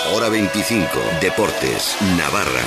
Hora 25, Deportes, Navarra.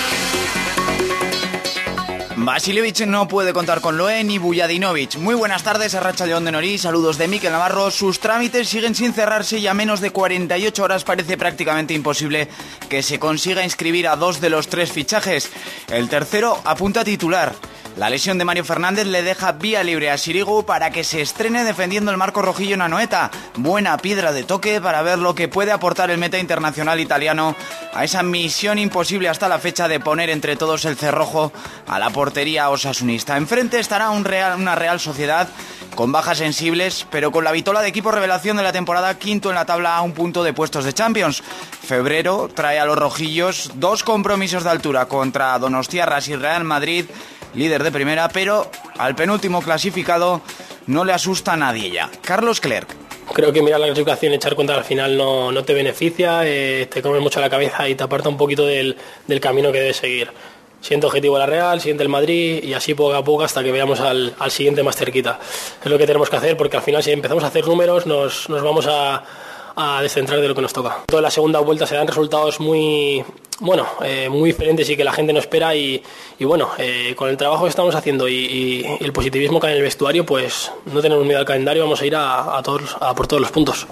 Vasiljevic no puede contar con Loé ni Vujadinovic. Muy buenas tardes, Arratsaldeon Denori, saludos de Mikel Navarro. Sus trámites siguen sin cerrarse y a menos de 48 horas parece prácticamente imposible que se consiga inscribir a 2 de los 3 fichajes. El tercero apunta a titular. La lesión de Mario Fernández le deja vía libre a Sirigu para que se estrene defendiendo el marco rojillo en Anoeta. Buena piedra de toque para ver lo que puede aportar el meta internacional italiano a esa misión imposible hasta la fecha de poner entre todos el cerrojo a la portería osasunista. Enfrente estará una Real Sociedad con bajas sensibles, pero con la vitola de equipo revelación de la temporada, quinto en la tabla a un punto de puestos de Champions. Febrero trae a los rojillos 2 compromisos de altura contra Donostiarras y Real Madrid, líder de primera, pero al penúltimo clasificado no le asusta a nadie ya. Carlos Clerc. Creo que mirar la clasificación y echar cuenta al final no te beneficia, te come mucho la cabeza y te aparta un poquito del camino que debes seguir. Siguiente objetivo la Real, siguiente el Madrid y así poco a poco hasta que veamos al siguiente más cerquita. Es lo que tenemos que hacer porque al final si empezamos a hacer números nos vamos a descentrar de lo que nos toca. Toda la segunda vuelta se dan resultados muy diferentes y que la gente no espera y con el trabajo que estamos haciendo y el positivismo que hay en el vestuario, pues no tenemos miedo al calendario, vamos a ir a por todos los puntos.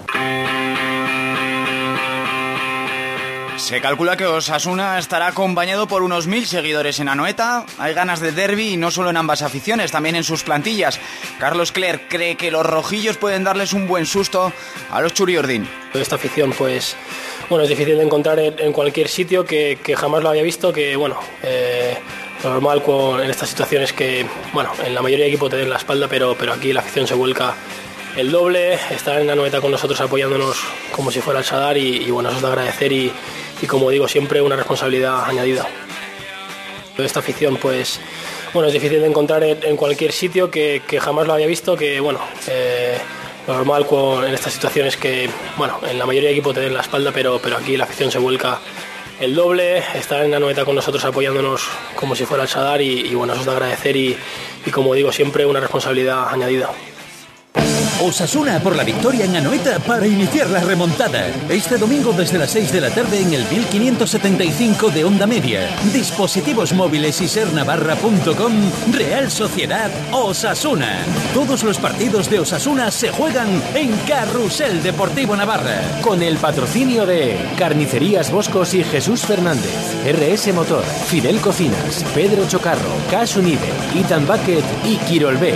Se calcula que Osasuna estará acompañado por unos 1000 seguidores en Anoeta. Hay ganas de derbi y no solo en ambas aficiones, también en sus plantillas. Carlos Clerc cree que los rojillos pueden darles un buen susto a los Churiordín. Esta afición, pues, es difícil de encontrar en cualquier sitio que jamás lo había visto, que, lo normal en estas situaciones que, en la mayoría de equipos te den la espalda, pero aquí la afición se vuelca el doble, estar en Anoeta con nosotros apoyándonos como si fuera el Sadar y eso es de agradecer y como digo siempre una responsabilidad añadida. Esta afición pues es difícil de encontrar en cualquier sitio que jamás lo había visto, que lo normal en estas situaciones que en la mayoría de equipos te den la espalda, pero aquí la afición se vuelca el doble, estar en Anoeta con nosotros apoyándonos como si fuera el Sadar y eso es de agradecer y como digo siempre una responsabilidad añadida. Osasuna por la victoria en Anoeta para iniciar la remontada. Este domingo desde las 6 de la tarde en el 1575 de Onda Media. Dispositivos móviles y sernavarra.com. Real Sociedad Osasuna. Todos los partidos de Osasuna se juegan en Carrusel Deportivo Navarra. Con el patrocinio de Carnicerías Boscos y Jesús Fernández, RS Motor, Fidel Cocinas, Pedro Chocarro, Cash Unive, Ethan Bucket y Quirolbet.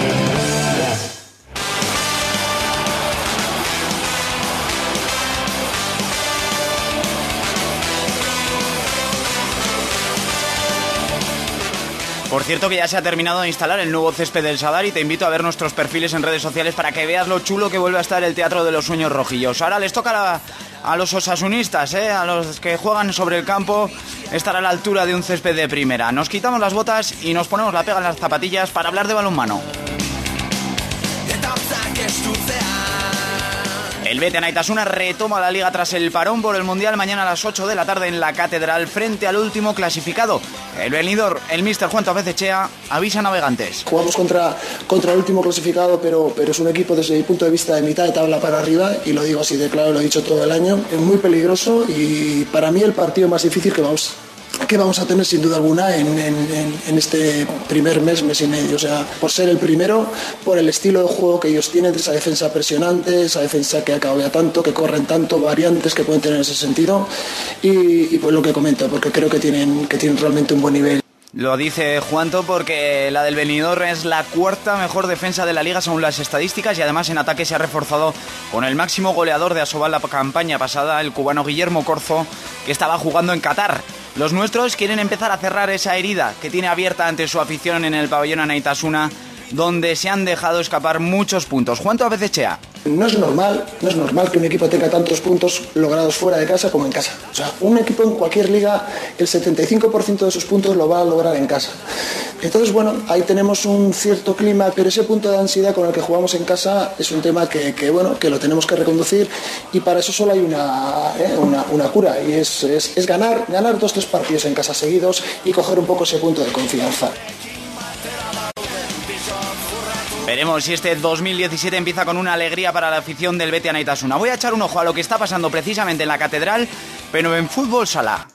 Por cierto que ya se ha terminado de instalar el nuevo césped del Sadar y te invito a ver nuestros perfiles en redes sociales para que veas lo chulo que vuelve a estar el Teatro de los Sueños Rojillos. Ahora les toca a los osasunistas, a los que juegan sobre el campo, estar a la altura de un césped de primera. Nos quitamos las botas y nos ponemos la pega en las zapatillas para hablar de balonmano. El Bete Anaitasuna retoma la liga tras el parón por el Mundial mañana a las 8 de la tarde en la Catedral frente al último clasificado. El venidor, el míster Juan Tafezechea, avisa a navegantes. Jugamos contra el último clasificado, pero es un equipo desde mi punto de vista de mitad de tabla para arriba, y lo digo así de claro, lo he dicho todo el año. Es muy peligroso y para mí el partido más difícil que vamos a tener sin duda alguna en este primer mes y medio. O sea, por ser el primero, por el estilo de juego que ellos tienen, esa defensa presionante, esa defensa que acabea tanto, que corren tanto, variantes que pueden tener en ese sentido y pues lo que comento, porque creo que tienen realmente un buen nivel. Lo dice Juanto porque la del Benidorm es la 4ª mejor defensa de la liga según las estadísticas y además en ataque se ha reforzado con el máximo goleador de Asobal la campaña pasada, el cubano Guillermo Corzo, que estaba jugando en Qatar. Los nuestros quieren empezar a cerrar esa herida que tiene abierta ante su afición en el pabellón Anaitasuna, donde se han dejado escapar muchos puntos. Juanto Tafezechea. No es normal que un equipo tenga tantos puntos logrados fuera de casa como en casa. O sea, un equipo en cualquier liga, el 75% de sus puntos lo va a lograr en casa. Entonces, ahí tenemos un cierto clima, pero ese punto de ansiedad con el que jugamos en casa es un tema que lo tenemos que reconducir, y para eso solo hay una cura, y es ganar 2-3 partidos en casa seguidos y coger un poco ese punto de confianza. Veremos si este 2017 empieza con una alegría para la afición del Betis Anaitasuna. Voy a echar un ojo a lo que está pasando precisamente en la Catedral, pero en fútbol sala.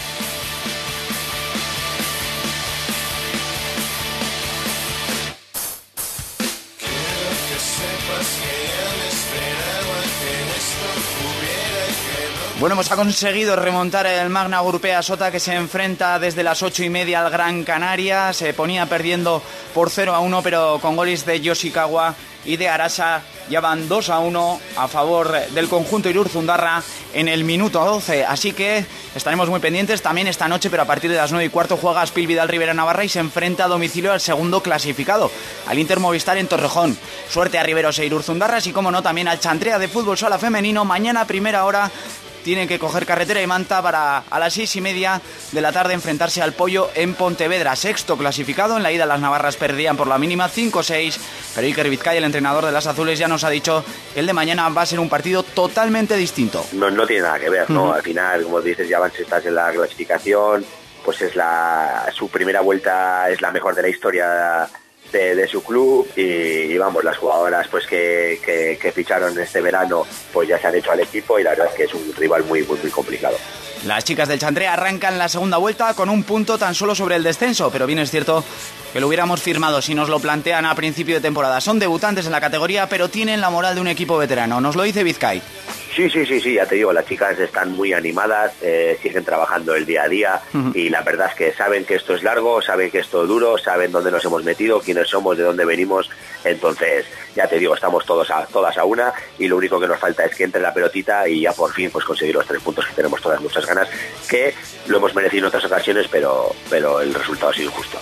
Bueno, hemos conseguido remontar el Magna Urpea Sota, que se enfrenta desde las 8:30 al Gran Canaria. Se ponía perdiendo por 0-1, pero con goles de Yoshikawa y de Arasa ya van 2-1 a favor del conjunto Irurzundarra en el minuto 12. Así que estaremos muy pendientes también esta noche, pero a partir de las 9:15 juega Aspil Vidal Rivera Navarra y se enfrenta a domicilio al segundo clasificado, al Inter Movistar en Torrejón. Suerte a Riveros e Irurzundarra, así como no también al Chantrea de fútbol sala femenino. Mañana a primera hora tienen que coger carretera y Manta para a las 6:30 de la tarde enfrentarse al Pollo en Pontevedra. Sexto clasificado. En la ida las navarras perdían por la mínima 5-6, pero Iker Vizcaya, el entrenador de las azules, ya nos ha dicho que el de mañana va a ser un partido totalmente distinto. No tiene nada que ver, ¿no? Al final, como dices, ya van sextas en la clasificación, pues su primera vuelta es la mejor de la historia de su club y vamos, las jugadoras pues que ficharon este verano pues ya se han hecho al equipo y la verdad es que es un rival muy complicado. Las chicas del Chantrea arrancan la segunda vuelta con un punto tan solo sobre el descenso, pero bien es cierto que lo hubiéramos firmado si nos lo plantean a principio de temporada. Son debutantes en la categoría, pero tienen la moral de un equipo veterano. Nos lo dice Vizcay. Sí, ya te digo, las chicas están muy animadas, siguen trabajando el día a día y la verdad es que saben que esto es largo, saben que esto es duro, saben dónde nos hemos metido, quiénes somos, de dónde venimos. Entonces, ya te digo, estamos todas a una y lo único que nos falta es que entre la pelotita y ya por fin pues conseguir los 3 puntos que tenemos todas muchas ganas, que lo hemos merecido en otras ocasiones, pero el resultado ha sido injusto.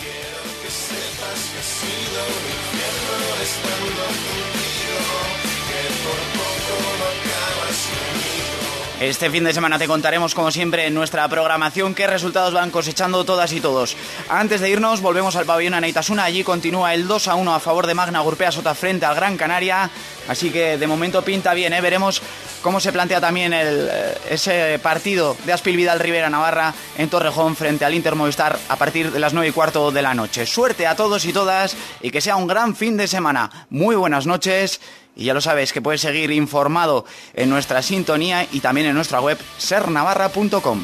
Este fin de semana te contaremos, como siempre, en nuestra programación qué resultados van cosechando todas y todos. Antes de irnos, volvemos al pabellón Anaitasuna. Allí continúa el 2-1 a favor de Magna Urpea Sota frente al Gran Canaria. Así que de momento pinta bien, ¿eh? Veremos cómo se plantea también ese partido de Aspil Vidal Rivera Navarra en Torrejón frente al Inter Movistar a partir de las 9:15 de la noche. Suerte a todos y todas y que sea un gran fin de semana. Muy buenas noches. Y ya lo sabes que puedes seguir informado en nuestra sintonía y también en nuestra web sernavarra.com.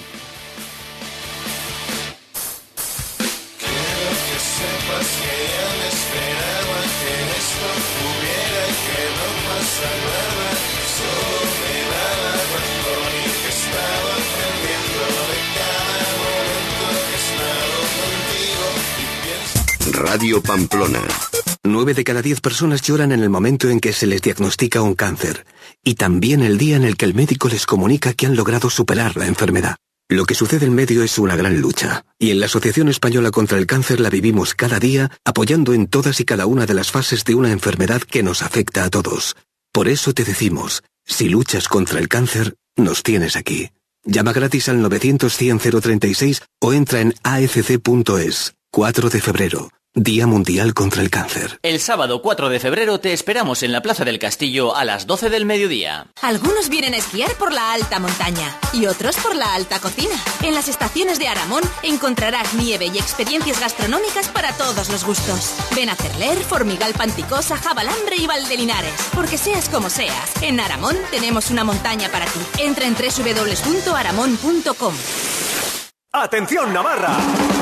Radio Pamplona. 9 de cada 10 personas lloran en el momento en que se les diagnostica un cáncer, y también el día en el que el médico les comunica que han logrado superar la enfermedad. Lo que sucede en medio es una gran lucha, y en la Asociación Española contra el Cáncer la vivimos cada día, apoyando en todas y cada una de las fases de una enfermedad que nos afecta a todos. Por eso te decimos, si luchas contra el cáncer, nos tienes aquí. Llama gratis al 900-100-036 o entra en afc.es. 4 de febrero. Día Mundial contra el Cáncer. El sábado 4 de febrero te esperamos en la Plaza del Castillo a las 12 del mediodía. Algunos vienen a esquiar por la alta montaña y otros por la alta cocina. En las estaciones de Aramón encontrarás nieve y experiencias gastronómicas para todos los gustos. Ven a Cerler, Formigal Panticosa, Jabalambre y Valdelinares. Porque seas como seas, en Aramón tenemos una montaña para ti. Entra en www.aramon.com. ¡Atención, Navarra!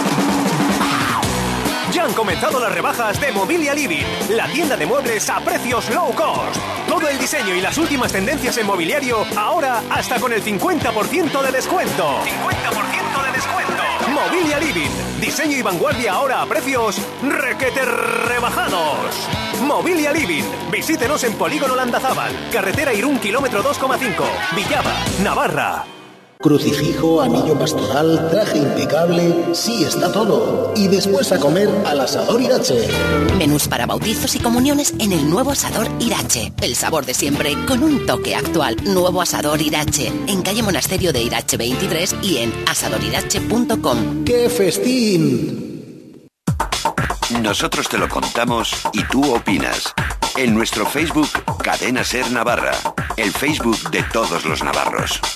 Ya han comenzado las rebajas de Mobilia Living, la tienda de muebles a precios low cost. Todo el diseño y las últimas tendencias en mobiliario, ahora hasta con el 50% de descuento. ¡50% de descuento! Mobilia Living, diseño y vanguardia ahora a precios requete rebajados. Mobilia Living, visítenos en Polígono Landazábal, carretera Irún, kilómetro 2,5, Villaba, Navarra. Crucifijo, anillo pastoral, traje impecable, sí está todo. Y después a comer al asador Irache. Menús para bautizos y comuniones en el nuevo asador Irache. El sabor de siempre con un toque actual. Nuevo asador Irache. En calle Monasterio de Irache 23 y en asadorirache.com. ¡Qué festín! Nosotros te lo contamos y tú opinas. En nuestro Facebook, Cadena Ser Navarra. El Facebook de todos los navarros.